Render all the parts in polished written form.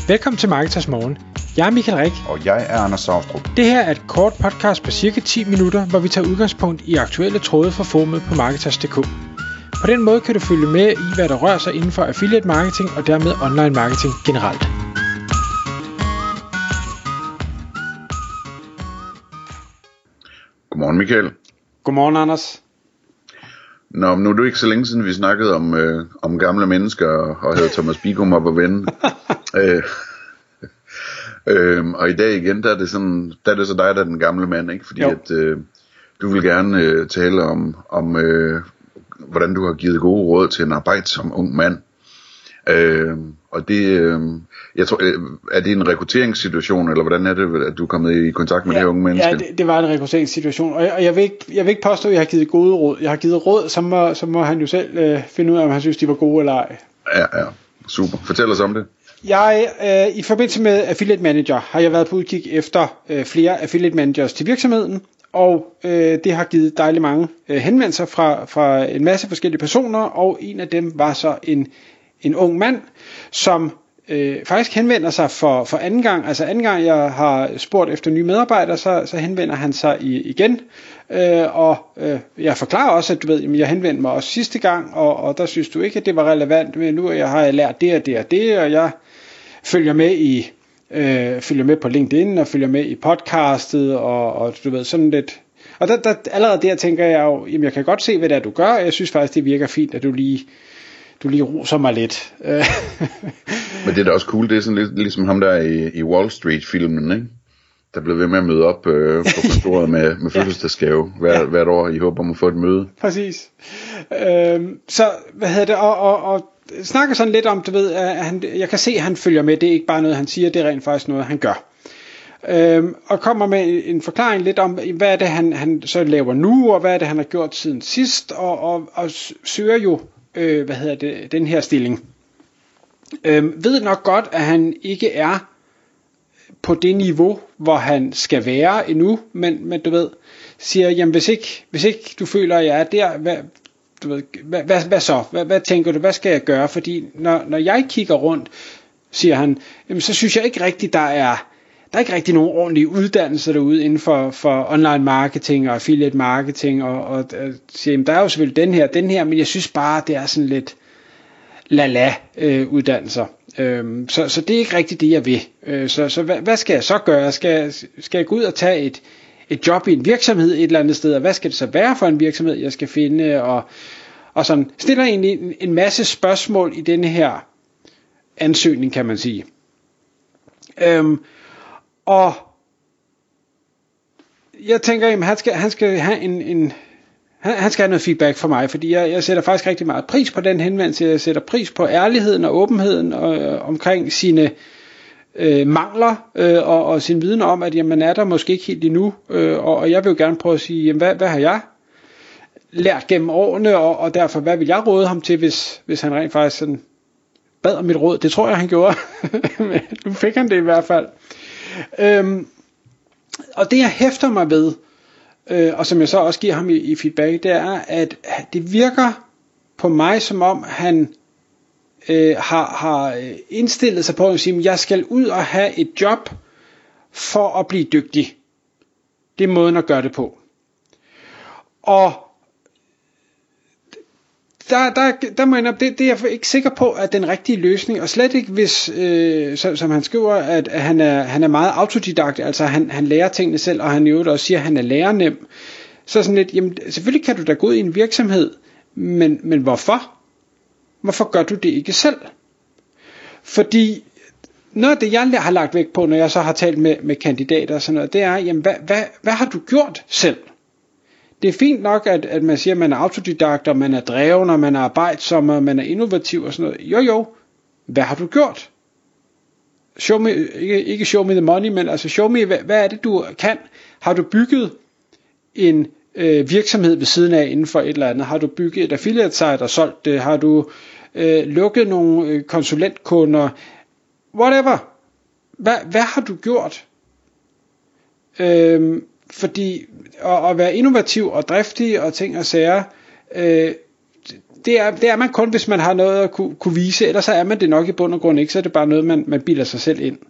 Velkommen til Marketers Morgen. Jeg er Michael Rik. Og jeg er Anders Saustrup. Det her er et kort podcast på cirka 10 minutter, hvor vi tager udgangspunkt i aktuelle tråde fra forumet på Marketers.dk. På den måde kan du følge med i, hvad der rører sig inden for affiliate marketing og dermed online marketing generelt. Godmorgen Michael. Godmorgen Anders. Nå, nu er det ikke så længe siden vi snakkede om gamle mennesker og havde Thomas Bigum op og vende. Og i dag igen, der er det så dig, der er den gamle mand, ikke? Fordi at du vil gerne tale om hvordan du har givet gode råd til en arbejdsom ung mand. Og det, jeg tror, er det en rekrutteringssituation, eller hvordan er det, at du er kommet i kontakt med det unge menneske? Ja, det var en rekrutteringssituation, og jeg vil ikke påstå, at jeg har givet gode råd. Jeg har givet råd, så må han jo selv finde ud af, om han synes, de var gode eller ej. Ja, super. Fortæl os om det. I forbindelse med Affiliate Manager har jeg været på udkig efter flere Affiliate Managers til virksomheden, og det har givet dejligt mange henvendelser fra en masse forskellige personer, og en af dem var så en ung mand, som faktisk henvender sig for anden gang. Altså anden gang jeg har spurgt efter nye medarbejdere, så henvender han sig igen. Jeg forklarer også, at jeg henvendte mig også sidste gang, og der synes du ikke, at det var relevant, men nu har jeg lært det og det og det, og jeg følger med på LinkedIn og følger med i podcastet og du ved sådan lidt. Og der allerede der tænker jeg jo, jamen jeg kan godt se, hvad det er du gør, og jeg synes faktisk det virker fint, at du lige roser mig lidt. Men det er da også cool, det er sådan lidt ligesom ham der i Wall Street-filmen, ikke? Der blev ved med at møde op på kontoret med fødselsdagsgave hvert år i håb om at få et møde. Præcis. Så hvad hedder det, og snakker sådan lidt om, du ved, at jeg kan se, at han følger med, det er ikke bare noget han siger, det er rent faktisk noget han gør. Og kommer med en forklaring lidt om, hvad er det han så laver nu, og hvad er det han har gjort siden sidst, og søger jo den her stilling. Ved nok godt, at han ikke er på det niveau, hvor han skal være endnu, men du ved, siger, jamen hvis ikke du føler, at jeg er der, hvad så? Hvad tænker du, hvad skal jeg gøre? Fordi når jeg kigger rundt, siger han, jamen, så synes jeg ikke rigtigt, der er ikke rigtig nogen ordentlige uddannelser derude inden for online marketing og affiliate marketing, og siger, jamen, der er jo selvfølgelig den her, men jeg synes bare, det er sådan lidt uddannelser. Så det er ikke rigtigt det, jeg vil. Så hvad skal jeg så gøre? Skal jeg gå ud og tage et job i en virksomhed et eller andet sted, og hvad skal det så være for en virksomhed, jeg skal finde, og sådan stiller egentlig en masse spørgsmål i denne her ansøgning, kan man sige. Og jeg tænker, jamen, han skal have noget feedback fra mig, fordi jeg sætter faktisk rigtig meget pris på den henvendelse. Jeg sætter pris på ærligheden og åbenheden omkring sine mangler og sin viden om, at jamen, er der måske ikke helt endnu, og jeg vil jo gerne prøve at sige, jamen, hvad har jeg lært gennem årene, og derfor hvad vil jeg råde ham til, hvis han rent faktisk sådan bad om mit råd. Det tror jeg han gjorde. Nu fik han det i hvert fald. Og det jeg hæfter mig ved, og som jeg så også giver ham i feedback, det er, at det virker på mig som om han har indstillet sig på at sige, at jeg skal ud og have et job for at blive dygtig. Det er måden at gøre det på. Og der må jeg, det er jeg ikke sikker på, at den rigtige løsning, og slet ikke hvis, som han skriver, at han er meget autodidakt, altså han lærer tingene selv, og han i øvrigt også siger, at han er lærernem. Så sådan lidt, jamen selvfølgelig kan du da gå ud i en virksomhed, men hvorfor? Hvorfor gør du det ikke selv? Fordi noget af det, jeg har lagt vægt på, når jeg så har talt med kandidater og sådan noget, det er, jamen hvad har du gjort selv? Det er fint nok, at man siger, at man er autodidakt, og man er dreven, og man er arbejdsom, og man er innovativ og sådan noget. Jo, hvad har du gjort? Show me, ikke show me the money, men altså show me, hvad er det du kan? Har du bygget en virksomhed ved siden af inden for et eller andet? Har du bygget et affiliate site og solgt det? Har du lukket nogle konsulentkunder? Whatever. Hvad har du gjort? Fordi at være innovativ og driftig og ting og sager, det er man kun, hvis man har noget at kunne vise, ellers så er man det nok i bund og grund ikke, så er det bare noget, man bilder sig selv ind.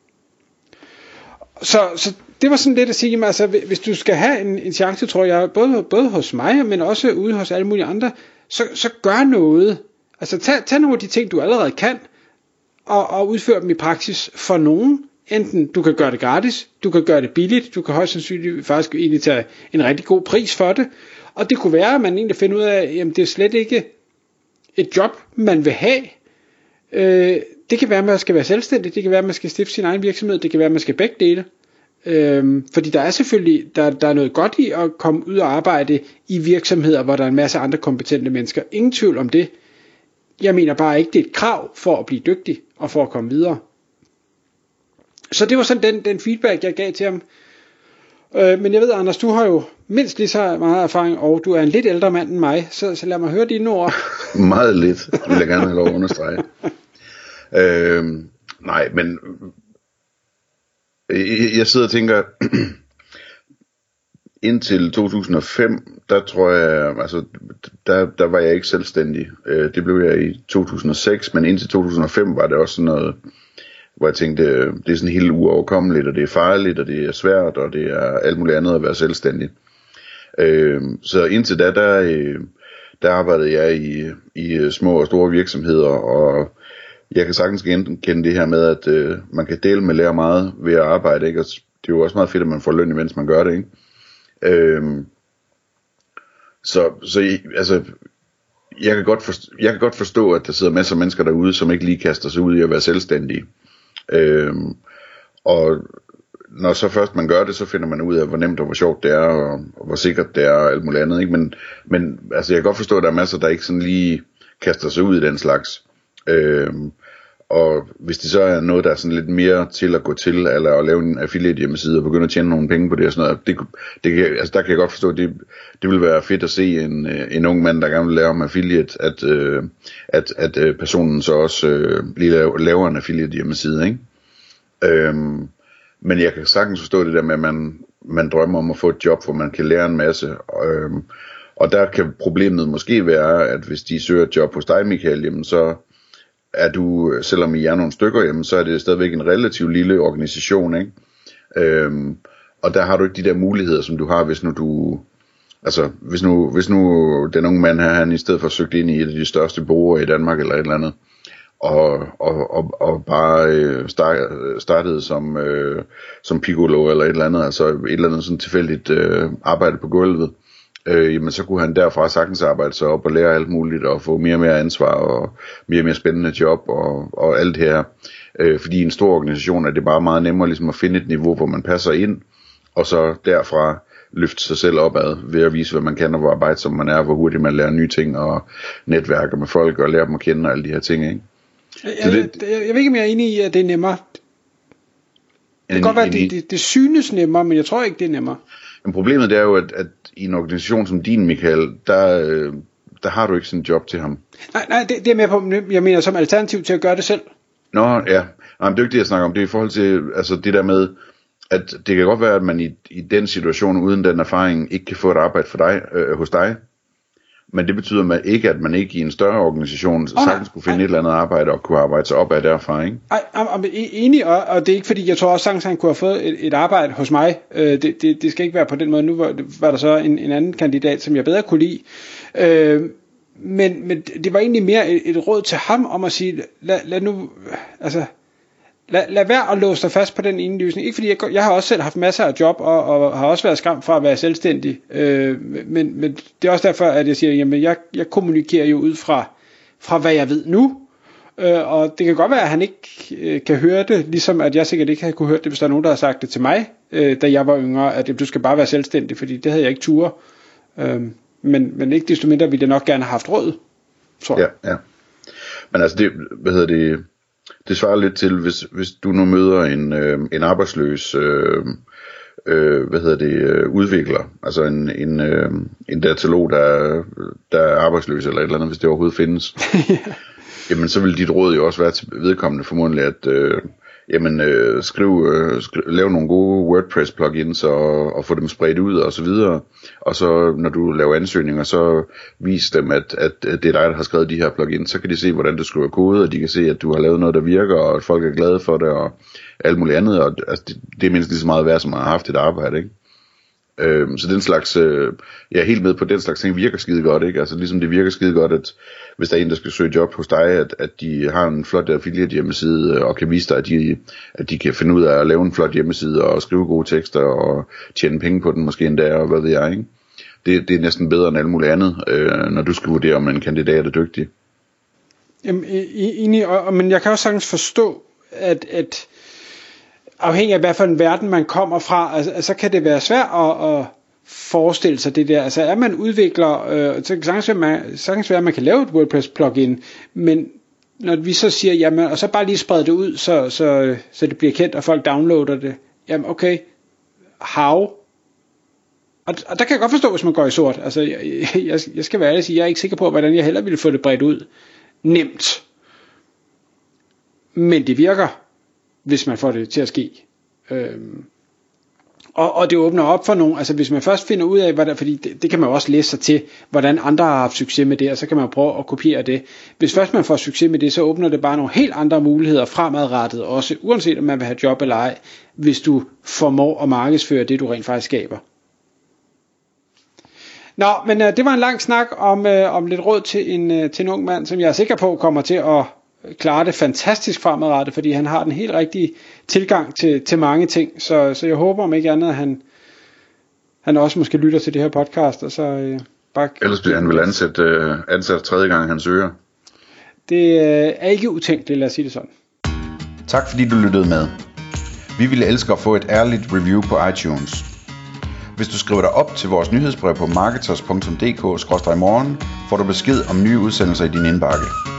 Så det var sådan lidt at sige, altså hvis du skal have en chance, tror jeg, både hos mig, men også ude hos alle mulige andre, så gør noget. Altså tag nogle af de ting, du allerede kan, og udfør dem i praksis for nogen. Enten du kan gøre det gratis, du kan gøre det billigt, du kan højst sandsynligt faktisk egentlig tage en rigtig god pris for det. Og det kunne være, at man egentlig finder ud af, jamen det er slet ikke et job, man vil have. Det kan være, at man skal være selvstændig, det kan være, at man skal stifte sin egen virksomhed, det kan være, at man skal begge dele. Fordi der er selvfølgelig der er noget godt i at komme ud og arbejde i virksomheder, hvor der er en masse andre kompetente mennesker. Ingen tvivl om det. Jeg mener bare ikke, det er et krav for at blive dygtig og for at komme videre. Så det var sådan den feedback, jeg gav til ham. Men jeg ved, Anders, du har jo mindst lige så meget erfaring, og du er en lidt ældre mand end mig, så lad mig høre dine ord. Meget lidt, vil jeg gerne have lov at understrege. Nej, men jeg sidder og tænker, indtil 2005, der tror jeg, altså der var jeg ikke selvstændig. Det blev jeg i 2006, men indtil 2005 var det også sådan noget, hvor jeg tænkte, det er sådan helt uoverkommeligt, og det er farligt, og det er svært, og det er alt muligt andet at være selvstændig. Så indtil da, der arbejdede jeg i små og store virksomheder, og jeg kan sagtens genkende det her med, at man kan dele med lære meget ved at arbejde, ikke? Og det er jo også meget fedt, at man får løn, imens man gør det, ikke? Så altså, jeg kan godt forstå, at der sidder masser af mennesker derude, som ikke lige kaster sig ud i at være selvstændige. Og når så først man gør det, så finder man ud af, hvor nemt og hvor sjovt det er, og hvor sikkert det er, og alt muligt andet, ikke? Men altså, jeg kan godt forstå, at der er masser, der ikke sådan lige kaster sig ud i den slags. Og hvis det så er noget, der er sådan lidt mere til at gå til, eller at lave en affiliate hjemmeside og begynde at tjene nogle penge på det og sådan noget, altså der kan jeg godt forstå, at det vil være fedt at se en ung mand, der gerne vil lave om affiliate, at personen så også lige laver en affiliate hjemmeside, ikke? Men jeg kan sagtens forstå det der med, at man drømmer om at få et job, hvor man kan lære en masse, og der kan problemet måske være, at hvis de søger et job hos dig, Michael, jamen så er du, selvom I er nogle stykker hjemme, så er det stadigvæk en relativt lille organisation, ikke? Og der har du ikke de der muligheder, som du har, hvis nu den unge mand her, han i stedet for søgt ind i et af de største bureauer i Danmark, eller et eller andet, og bare startede som piccolo, eller et eller andet, altså et eller andet sådan tilfældigt arbejde på gulvet, jamen så kunne han derfra sagtens arbejde sig op og lære alt muligt og få mere og mere ansvar og mere og mere spændende job og alt det her. Fordi i en stor organisation er det bare meget nemmere ligesom at finde et niveau, hvor man passer ind, og så derfra løfte sig selv opad ved at vise, hvad man kan og hvor arbejdsom man er, hvor hurtigt man lærer nye ting og netværker med folk og lærer dem at kende og alle de her ting, ikke? Jeg ved ikke, om jeg er enig i, at det er nemmere. Det kan godt være, at det synes nemmere, men jeg tror ikke, det er nemmere. Men problemet det er jo, at i en organisation som din, Michael, der har du ikke sådan en job til ham. Nej, det er mere på, jeg mener som alternativ til at gøre det selv. Nå, ja. Nej, men det er ikke det, jeg snakker om. Det er i forhold til, altså det der med, at det kan godt være, at man i den situation, uden den erfaring, ikke kan få et arbejde for dig, hos dig. Men det betyder ikke, at man ikke i en større organisation sagtens kunne finde et eller andet arbejde og kunne arbejde sig op af derfra, ikke? Nej, enig, og det er ikke fordi, jeg tror også sagtens, han kunne have fået et arbejde hos mig. Det skal ikke være på den måde. Nu var der så en anden kandidat, som jeg bedre kunne lide. Men det var egentlig mere et råd til ham om at sige, lad være at låse dig fast på den ene løsning. Ikke fordi jeg har også selv haft masser af job og har også været skræmt fra at være selvstændig. Men det er også derfor, at jeg siger, jamen jeg kommunikerer jo ud fra hvad jeg ved nu. Og det kan godt være, at han ikke kan høre det, ligesom at jeg sikkert ikke havde kunne høre det, hvis der er nogen, der har sagt det til mig, da jeg var yngre, at du skal bare være selvstændig, fordi det havde jeg ikke ture. Men ikke desto mindre ville jeg nok gerne have haft råd, tror jeg. Ja. Men altså det svarer lidt til, hvis du nu møder en arbejdsløs udvikler, altså en datalog, der er arbejdsløs eller et eller andet, hvis det overhovedet findes. Jamen så vil dit råd jo også være til vedkommende formodentlig, at jamen lav nogle gode WordPress plugins og få dem spredt ud og så videre. Og så når du laver ansøgninger, så vis dem, at det er dig, der har skrevet de her plugins. Så kan de se, hvordan du skriver kode, og de kan se, at du har lavet noget, der virker, og at folk er glade for det, og alt muligt andet. Og altså, det er mindst lige så meget værd, som man har haft et arbejde, ikke? Så den slags, jeg er helt med på, den slags ting virker skide godt, ikke? Altså ligesom det virker skide godt, at hvis der er en, der skal søge job hos dig, at de har en flot affiliate hjemmeside, og kan vise dig, at de kan finde ud af at lave en flot hjemmeside, og skrive gode tekster, og tjene penge på den måske endda, og hvad ved jeg, ikke? Det er næsten bedre end alt muligt andet, når du skal vurdere, om en kandidat er dygtig. Jamen, enig, men jeg kan også sagtens forstå, at afhængig af hvad for en verden man kommer fra, altså, så kan det være svært at forestille sig det der. Altså er man udvikler, så kan sagtens være, at man kan lave et WordPress plugin, men når vi så siger, jamen, og så bare lige sprede det ud, så det bliver kendt, og folk downloader det, jamen okay, how? Og der kan jeg godt forstå, hvis man går i sort. Altså jeg skal være ærlig og sige, jeg er ikke sikker på, hvordan jeg heller ville få det bredt ud. Nemt. Men det virker, hvis man får det til at ske. Og det åbner op for nogen, altså hvis man først finder ud af, hvordan, fordi det kan man også læse sig til, hvordan andre har haft succes med det, og så kan man prøve at kopiere det. Hvis først man får succes med det, så åbner det bare nogle helt andre muligheder fremadrettet, også uanset om man vil have job eller ej, hvis du formår at markedsføre det, du rent faktisk skaber. Nå, men det var en lang snak om lidt råd til en ung mand, som jeg er sikker på kommer til at klare det fantastisk fremadrettet, fordi han har den helt rigtige tilgang til mange ting, så jeg håber om ikke andet, at han også måske lytter til det her podcast, og så bare... Ellers bliver han vel ansat tredje gang, han søger. Det er ikke utænkeligt, lad os sige det sådan. Tak fordi du lyttede med. Vi ville elske at få et ærligt review på iTunes. Hvis du skriver dig op til vores nyhedsbrev på marketers.dk/morgen, får du besked om nye udsendelser i din indbakke.